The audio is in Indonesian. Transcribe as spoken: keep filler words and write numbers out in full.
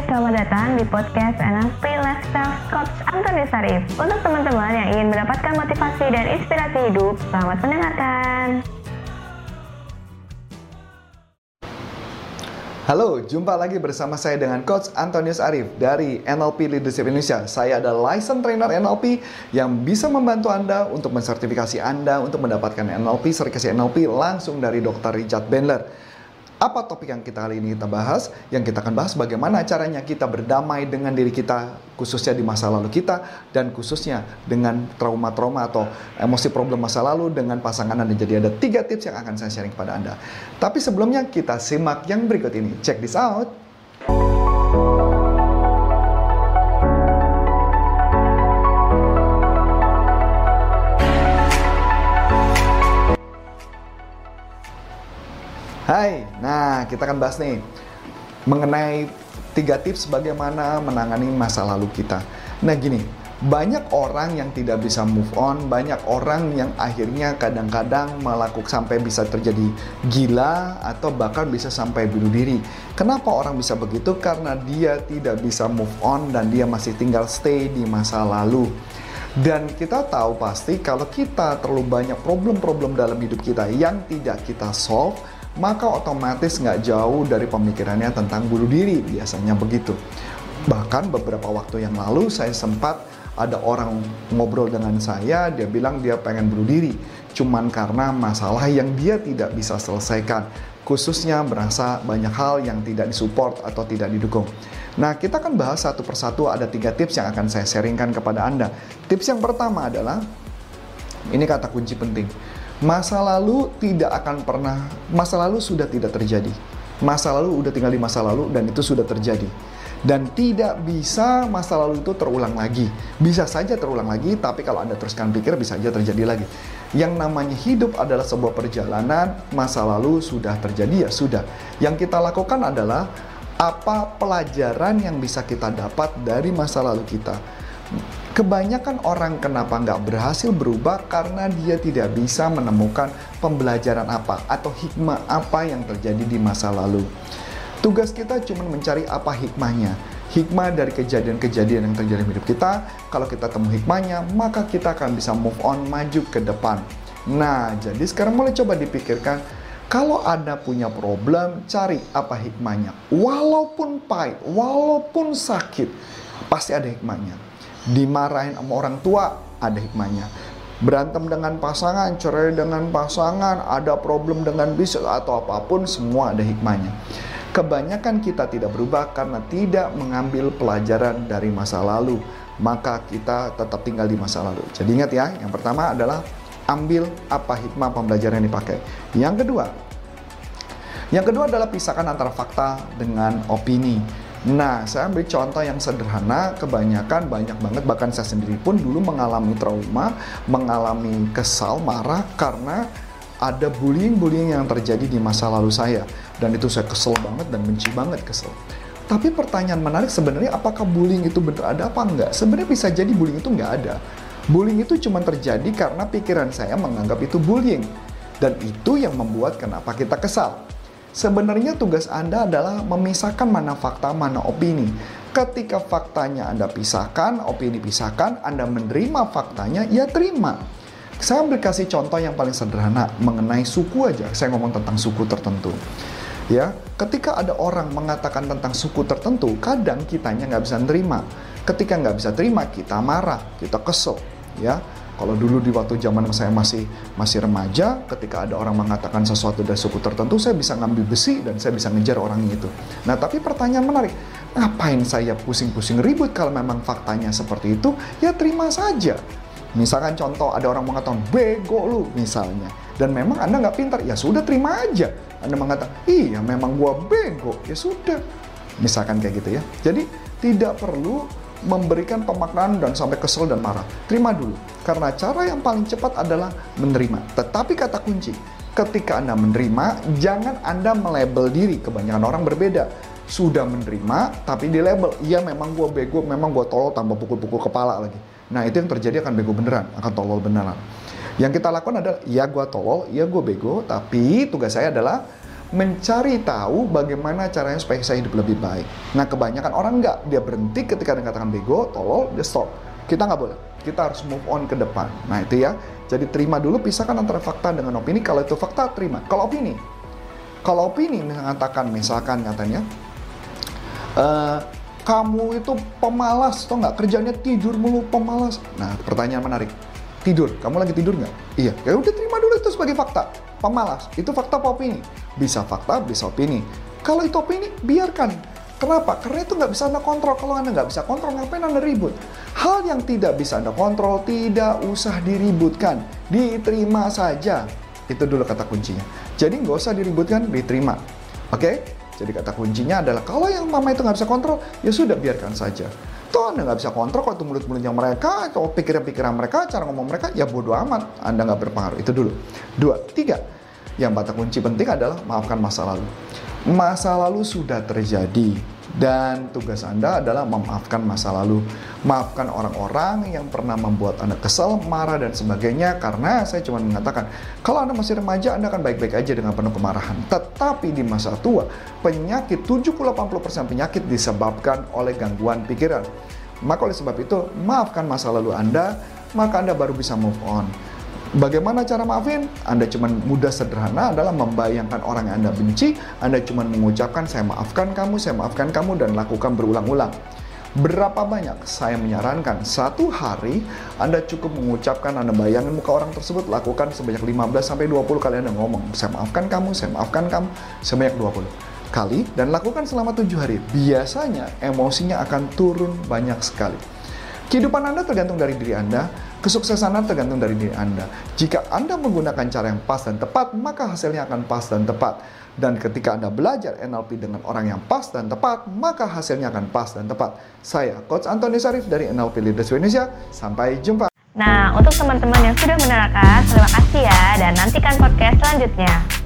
selamat datang di podcast N L P Lifestyle Coach Antonius Arif. Untuk teman-teman yang ingin mendapatkan motivasi dan inspirasi hidup, selamat mendengarkan. Halo, jumpa lagi bersama saya dengan Coach Antonius Arif dari N L P Leadership Indonesia. Saya adalah licensed trainer N L P yang bisa membantu Anda untuk mensertifikasi Anda untuk mendapatkan N L P, sertifikasi N L P langsung dari dokter Richard Bandler. Apa topik yang kita kali ini kita bahas? Yang kita akan bahas bagaimana caranya kita berdamai dengan diri kita, khususnya di masa lalu kita, dan khususnya dengan trauma-trauma atau emosi problem masa lalu dengan pasangan Anda. Jadi ada tiga tips yang akan saya sharing kepada Anda. Tapi sebelumnya kita simak yang berikut ini. Check this out. Hai, nah kita akan bahas nih mengenai tiga tips bagaimana menangani masa lalu kita. Nah gini, banyak orang yang tidak bisa move on, banyak orang yang akhirnya kadang-kadang melakukan sampai bisa terjadi gila atau bahkan bisa sampai bunuh diri. Kenapa orang bisa begitu? Karena dia tidak bisa move on dan dia masih tinggal stay di masa lalu. Dan kita tahu pasti kalau kita terlalu banyak problem-problem dalam hidup kita yang tidak kita solve, maka otomatis nggak jauh dari pemikirannya tentang bunuh diri, biasanya begitu. Bahkan beberapa waktu yang lalu saya sempat ada orang ngobrol dengan saya, dia bilang dia pengen bunuh diri, cuman karena masalah yang dia tidak bisa selesaikan, khususnya merasa banyak hal yang tidak disupport atau tidak didukung. Nah, kita akan bahas satu persatu, ada tiga tips yang akan saya sharingkan kepada Anda. Tips yang pertama adalah, ini kata kunci penting, masa lalu tidak akan pernah, masa lalu sudah tidak terjadi. Masa lalu udah tinggal di masa lalu dan itu sudah terjadi. Dan tidak bisa masa lalu itu terulang lagi. Bisa saja terulang lagi, tapi kalau Anda teruskan pikir bisa saja terjadi lagi. Yang namanya hidup adalah sebuah perjalanan, masa lalu sudah terjadi ya sudah. Yang kita lakukan adalah apa pelajaran yang bisa kita dapat dari masa lalu kita. Kebanyakan orang kenapa nggak berhasil berubah karena dia tidak bisa menemukan pembelajaran apa atau hikmah apa yang terjadi di masa lalu. Tugas kita cuma mencari apa hikmahnya. Hikmah dari kejadian-kejadian yang terjadi di hidup kita. Kalau kita temu hikmahnya, maka kita akan bisa move on, maju ke depan. Nah, jadi sekarang mulai coba dipikirkan, kalau Anda punya problem, cari apa hikmahnya. Walaupun pahit, walaupun sakit, pasti ada hikmahnya. Dimarahin sama orang tua, ada hikmahnya. Berantem dengan pasangan, cerai dengan pasangan, ada problem dengan bisnis atau apapun, semua ada hikmahnya. Kebanyakan kita tidak berubah karena tidak mengambil pelajaran dari masa lalu. Maka kita tetap tinggal di masa lalu. Jadi ingat ya, yang pertama adalah ambil apa hikmah pembelajaran yang dipakai. Yang kedua, yang kedua adalah pisahkan antara fakta dengan opini. Nah, saya ambil contoh yang sederhana, kebanyakan banyak banget, bahkan saya sendiri pun dulu mengalami trauma, mengalami kesal, marah karena ada bullying-bullying yang terjadi di masa lalu saya. Dan itu saya kesel banget dan benci banget kesel. Tapi pertanyaan menarik sebenarnya, apakah bullying itu benar ada apa enggak? Sebenarnya bisa jadi bullying itu enggak ada. Bullying itu cuma terjadi karena pikiran saya menganggap itu bullying. Dan itu yang membuat kenapa kita kesal. Sebenarnya tugas Anda adalah memisahkan mana fakta, mana opini. Ketika faktanya Anda pisahkan, opini pisahkan, Anda menerima faktanya, ya terima. Saya ambil kasih contoh yang paling sederhana mengenai suku aja. Saya ngomong tentang suku tertentu. Ya, ketika ada orang mengatakan tentang suku tertentu, kadang kitanya nggak bisa terima. Ketika nggak bisa terima, kita marah, kita kesel. Ya. Kalau dulu di waktu zaman saya masih masih remaja, ketika ada orang mengatakan sesuatu dari suku tertentu, saya bisa ngambil besi dan saya bisa ngejar orang itu. Nah, tapi pertanyaan menarik, ngapain saya pusing-pusing ribut kalau memang faktanya seperti itu? Ya terima saja. Misalkan contoh, ada orang mengatakan, bego lu misalnya. Dan memang Anda nggak pintar, ya sudah terima aja. Anda mengatakan, iya memang gua bego, ya sudah. Misalkan kayak gitu ya. Jadi tidak perlu memberikan pemaknaan dan sampai kesel dan marah. Terima dulu. Karena cara yang paling cepat adalah menerima. Tetapi kata kunci, ketika Anda menerima, jangan Anda melabel diri. Kebanyakan orang berbeda. Sudah menerima, tapi di label. Iya memang gue bego, memang gue tolol, tambah pukul-pukul kepala lagi. Nah itu yang terjadi akan bego beneran, akan tolol beneran. Yang kita lakukan adalah, ya gue tolol, ya gue bego, tapi tugas saya adalah mencari tahu bagaimana caranya supaya saya hidup lebih baik. Nah, kebanyakan orang enggak, dia berhenti ketika dikatakan bego, tolol, dia stop. Kita nggak boleh, kita harus move on ke depan. Nah itu ya, jadi terima dulu, pisahkan antara fakta dengan opini. Kalau itu fakta, terima. Kalau opini, kalau opini mengatakan, misalkan katanya, uh, kamu itu pemalas, atau nggak, kerjanya tidur mulu, pemalas. Nah, pertanyaan menarik, tidur, kamu lagi tidur nggak? Iya, ya udah terima dulu itu sebagai fakta. Pemalas, itu fakta apa opini? Bisa fakta, bisa opini. Kalau itu opini, biarkan. Kenapa? Karena itu nggak bisa Anda kontrol. Kalau Anda nggak bisa kontrol, ngapain Anda ribut? Hal yang tidak bisa Anda kontrol, tidak usah diributkan. Diterima saja. Itu dulu kata kuncinya. Jadi nggak usah diributkan, diterima. Oke? Jadi kata kuncinya adalah, kalau yang mama itu nggak bisa kontrol, ya sudah, biarkan saja. Toh Anda nggak bisa kontrol kalau itu mulut-mulutnya mereka, atau pikiran-pikiran mereka, cara ngomong mereka, ya bodo amat. Anda nggak berpengaruh. Itu dulu. Dua. Tiga. Yang kata kunci penting adalah maafkan masa lalu. Masa lalu sudah terjadi dan tugas Anda adalah memaafkan masa lalu. Maafkan orang-orang yang pernah membuat Anda kesal, marah, dan sebagainya. Karena saya cuma mengatakan, kalau Anda masih remaja, Anda akan baik-baik aja dengan penuh kemarahan. Tetapi di masa tua, penyakit tujuh puluh sampai delapan puluh persen penyakit disebabkan oleh gangguan pikiran. Maka oleh sebab itu, maafkan masa lalu Anda, maka Anda baru bisa move on. Bagaimana cara maafin? Anda cuma mudah sederhana adalah membayangkan orang yang Anda benci. Anda cuma mengucapkan, saya maafkan kamu, saya maafkan kamu, dan lakukan berulang-ulang. Berapa banyak? Saya menyarankan satu hari Anda cukup mengucapkan, Anda bayangin muka orang tersebut, lakukan sebanyak lima belas sampai dua puluh kali Anda ngomong, saya maafkan kamu, saya maafkan kamu, sebanyak dua puluh kali, dan lakukan selama tujuh hari. Biasanya emosinya akan turun banyak sekali. Kehidupan Anda tergantung dari diri Anda, kesuksesan Anda tergantung dari diri Anda. Jika Anda menggunakan cara yang pas dan tepat, maka hasilnya akan pas dan tepat. Dan ketika Anda belajar N L P dengan orang yang pas dan tepat, maka hasilnya akan pas dan tepat. Saya, Coach Antoni Sarif dari N L P Leaders Indonesia. Sampai jumpa. Nah, untuk teman-teman yang sudah menerangkan, terima kasih ya, dan nantikan podcast selanjutnya.